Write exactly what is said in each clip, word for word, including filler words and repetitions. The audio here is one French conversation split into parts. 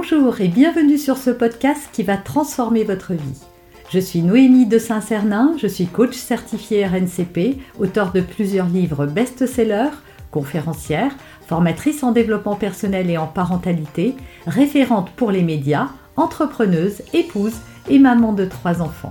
Bonjour et bienvenue sur ce podcast qui va transformer votre vie. Je suis Noémie de Saint-Cernin, je suis coach certifiée R N C P, auteure de plusieurs livres best-sellers, conférencière, formatrice en développement personnel et en parentalité, référente pour les médias, entrepreneuse, épouse et maman de trois enfants.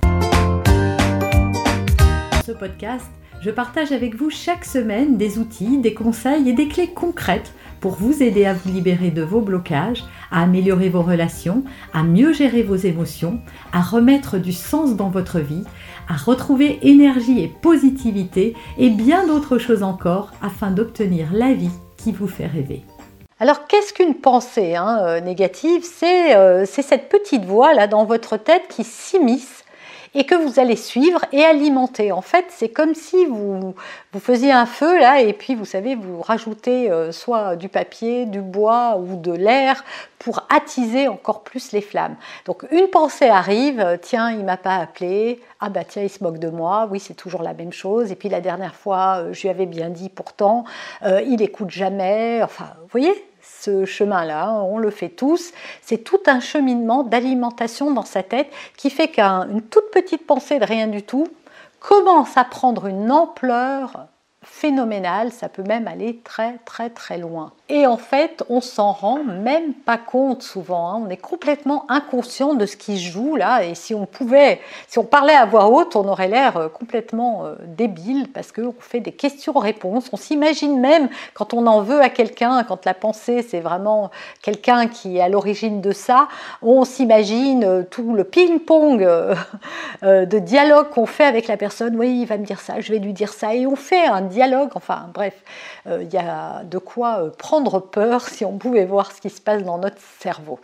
Dans ce podcast, je partage avec vous chaque semaine des outils, des conseils et des clés concrètes pour vous aider à vous libérer de vos blocages, à améliorer vos relations, à mieux gérer vos émotions, à remettre du sens dans votre vie, à retrouver énergie et positivité et bien d'autres choses encore afin d'obtenir la vie qui vous fait rêver. Alors, qu'est-ce qu'une pensée hein, euh, négative ? C'est, euh, c'est cette petite voix là dans votre tête qui s'immisce et que vous allez suivre et alimenter. En fait, c'est comme si vous, vous faisiez un feu là et puis vous savez, vous rajoutez euh, soit du papier, du bois ou de l'air pour attiser encore plus les flammes. Donc une pensée arrive, euh, tiens, il m'a pas appelé, ah bah tiens, il se moque de moi, oui, c'est toujours la même chose. Et puis la dernière fois, euh, je lui avais bien dit pourtant, euh, il écoute jamais, enfin, vous voyez ? Ce chemin-là, on le fait tous, c'est tout un cheminement d'alimentation dans sa tête qui fait qu'une toute petite pensée de rien du tout commence à prendre une ampleur phénoménale, ça peut même aller très très très loin. Et en fait, on s'en rend même pas compte souvent, hein. On est complètement inconscient de ce qui se joue là, et si on pouvait, si on parlait à voix haute, on aurait l'air complètement euh, débile parce qu'on fait des questions-réponses, on s'imagine même quand on en veut à quelqu'un, quand la pensée c'est vraiment quelqu'un qui est à l'origine de ça, on s'imagine euh, tout le ping-pong euh, euh, de dialogue qu'on fait avec la personne, oui il va me dire ça, je vais lui dire ça, et on fait un dialogue, enfin bref, il euh, y a de quoi euh, prendre peur si on pouvait voir ce qui se passe dans notre cerveau.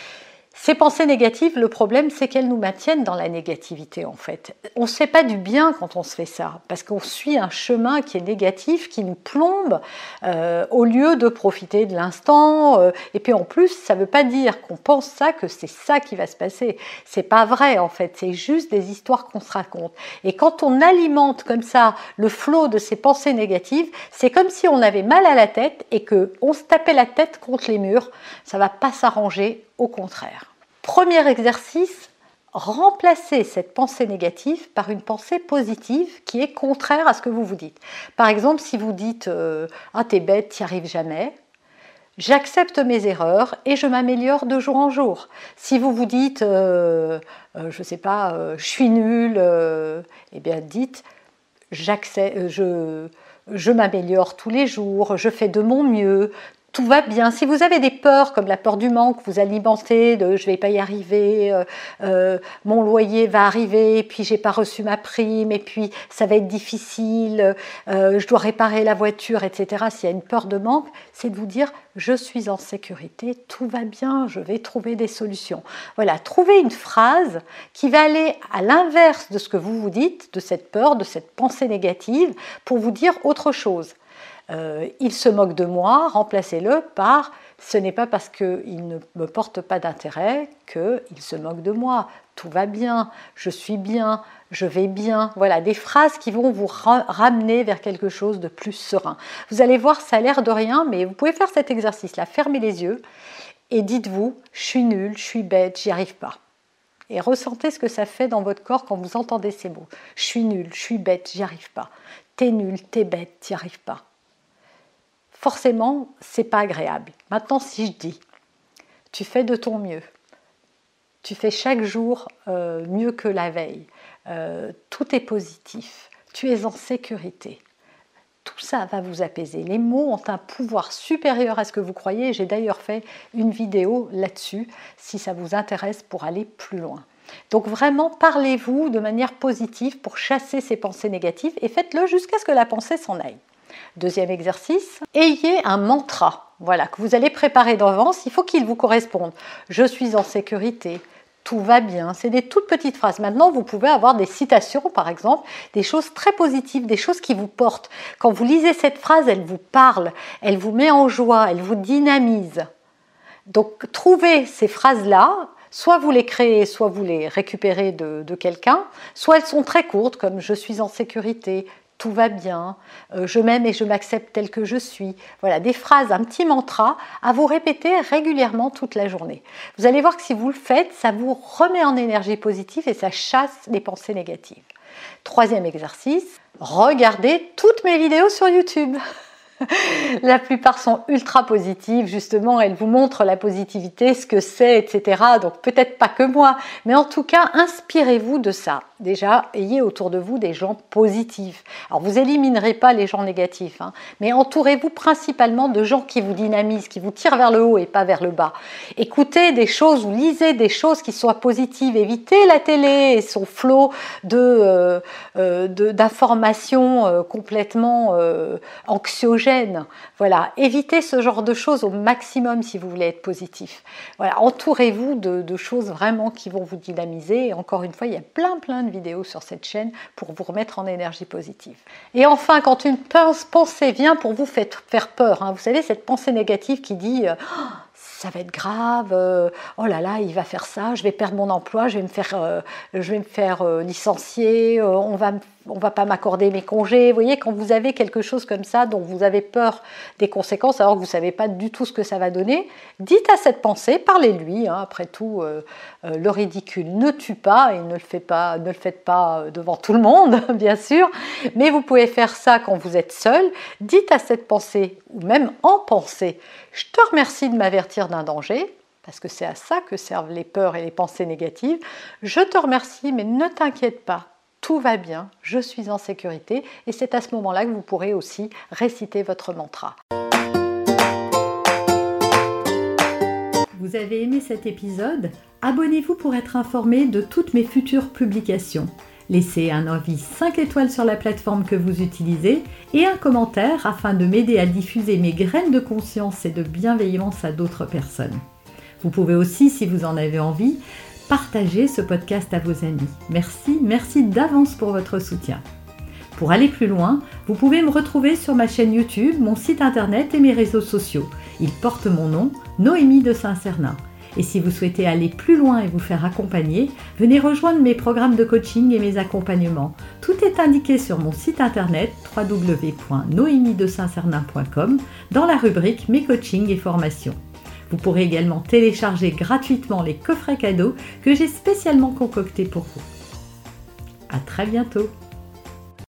Ces pensées négatives, le problème, c'est qu'elles nous maintiennent dans la négativité, en fait. On ne se fait pas du bien quand on se fait ça, parce qu'on suit un chemin qui est négatif, qui nous plombe, euh, au lieu de profiter de l'instant. Euh, et puis en plus, ça ne veut pas dire qu'on pense ça, que c'est ça qui va se passer. C'est pas vrai, en fait. C'est juste des histoires qu'on se raconte. Et quand on alimente comme ça le flot de ces pensées négatives, c'est comme si on avait mal à la tête et qu'on se tapait la tête contre les murs. Ça ne va pas s'arranger, au contraire. Premier exercice, remplacez cette pensée négative par une pensée positive qui est contraire à ce que vous vous dites. Par exemple, si vous dites euh, « Ah, t'es bête, t'y arrives jamais », j'accepte mes erreurs et je m'améliore de jour en jour. Si vous vous dites euh, euh, « Je ne sais pas, euh, je suis nulle euh, », eh bien dites « J'accepte, je, je m'améliore tous les jours, je fais de mon mieux ». Tout va bien. Si vous avez des peurs comme la peur du manque, vous alimentez de je vais pas y arriver, euh, euh, mon loyer va arriver, et puis j'ai pas reçu ma prime, et puis ça va être difficile, euh, je dois réparer la voiture, et cetera. S'il y a une peur de manque, c'est de vous dire je suis en sécurité, tout va bien, je vais trouver des solutions. Voilà, trouvez une phrase qui va aller à l'inverse de ce que vous vous dites, de cette peur, de cette pensée négative, pour vous dire autre chose. Euh, il se moque de moi, remplacez-le par « ce n'est pas parce qu'il ne me porte pas d'intérêt qu'il se moque de moi, tout va bien, je suis bien, je vais bien ». Voilà, des phrases qui vont vous ra- ramener vers quelque chose de plus serein. Vous allez voir, ça a l'air de rien, mais vous pouvez faire cet exercice-là, fermez les yeux et dites-vous « je suis nulle, je suis bête, j'y arrive pas ». Et ressentez ce que ça fait dans votre corps quand vous entendez ces mots. « Je suis nulle, je suis bête, j'y arrive pas ». « T'es nulle, t'es bête, t'y arrives pas ». Forcément, c'est pas agréable. Maintenant, si je dis, tu fais de ton mieux, tu fais chaque jour euh, mieux que la veille, euh, tout est positif, tu es en sécurité, tout ça va vous apaiser. Les mots ont un pouvoir supérieur à ce que vous croyez. J'ai d'ailleurs fait une vidéo là-dessus, si ça vous intéresse pour aller plus loin. Donc vraiment, parlez-vous de manière positive pour chasser ces pensées négatives et faites-le jusqu'à ce que la pensée s'en aille. Deuxième exercice, ayez un mantra, voilà, que vous allez préparer d'avance, il faut qu'il vous corresponde. Je suis en sécurité, tout va bien, c'est des toutes petites phrases. Maintenant, vous pouvez avoir des citations, par exemple, des choses très positives, des choses qui vous portent. Quand vous lisez cette phrase, elle vous parle, elle vous met en joie, elle vous dynamise. Donc, trouvez ces phrases-là, soit vous les créez, soit vous les récupérez de, de quelqu'un, soit elles sont très courtes, comme « je suis en sécurité », tout va bien, euh, je m'aime et je m'accepte tel que je suis. Voilà, des phrases, un petit mantra à vous répéter régulièrement toute la journée. Vous allez voir que si vous le faites, ça vous remet en énergie positive et ça chasse les pensées négatives. Troisième exercice, regardez toutes mes vidéos sur YouTube. La plupart sont ultra positives, justement, elles vous montrent la positivité, ce que c'est, et cetera. Donc peut-être pas que moi, mais en tout cas, inspirez-vous de ça. Déjà, ayez autour de vous des gens positifs. Alors vous éliminerez pas les gens négatifs, hein, mais entourez-vous principalement de gens qui vous dynamisent, qui vous tirent vers le haut et pas vers le bas. Écoutez des choses ou lisez des choses qui soient positives. Évitez la télé et son flot de, euh, euh, de, d'informations euh, complètement euh, anxiogènes. Voilà, évitez ce genre de choses au maximum si vous voulez être positif. Voilà, entourez-vous de, de choses vraiment qui vont vous dynamiser. Et encore une fois, il y a plein plein de vidéos sur cette chaîne pour vous remettre en énergie positive. Et enfin, quand une pensée vient pour vous faire peur, hein, vous savez, cette pensée négative qui dit euh, oh, ça va être grave, euh, oh là là, il va faire ça, je vais perdre mon emploi, je vais me faire, euh, je vais me faire euh, licencier, euh, on va me on ne va pas m'accorder mes congés. Vous voyez, quand vous avez quelque chose comme ça, dont vous avez peur des conséquences, alors que vous ne savez pas du tout ce que ça va donner, dites à cette pensée, parlez-lui. Hein, après tout, euh, euh, le ridicule ne tue pas, et ne le, fait pas, ne le faites pas devant tout le monde, bien sûr, mais vous pouvez faire ça quand vous êtes seul. Dites à cette pensée, ou même en pensée, je te remercie de m'avertir d'un danger, parce que c'est à ça que servent les peurs et les pensées négatives. Je te remercie, mais ne t'inquiète pas. Tout va bien, je suis en sécurité et c'est à ce moment-là que vous pourrez aussi réciter votre mantra. Vous avez aimé cet épisode? Abonnez-vous pour être informé de toutes mes futures publications. Laissez un avis cinq étoiles sur la plateforme que vous utilisez et un commentaire afin de m'aider à diffuser mes graines de conscience et de bienveillance à d'autres personnes. Vous pouvez aussi, si vous en avez envie, partagez ce podcast à vos amis. Merci, merci d'avance pour votre soutien. Pour aller plus loin, vous pouvez me retrouver sur ma chaîne YouTube, mon site internet et mes réseaux sociaux. Ils portent mon nom, Noémie de Saint-Cernin. Et si vous souhaitez aller plus loin et vous faire accompagner, venez rejoindre mes programmes de coaching et mes accompagnements. Tout est indiqué sur mon site internet w w w point noémie de saint cernin point com dans la rubrique Mes coachings et formations. Vous pourrez également télécharger gratuitement les coffrets cadeaux que j'ai spécialement concoctés pour vous. À très bientôt!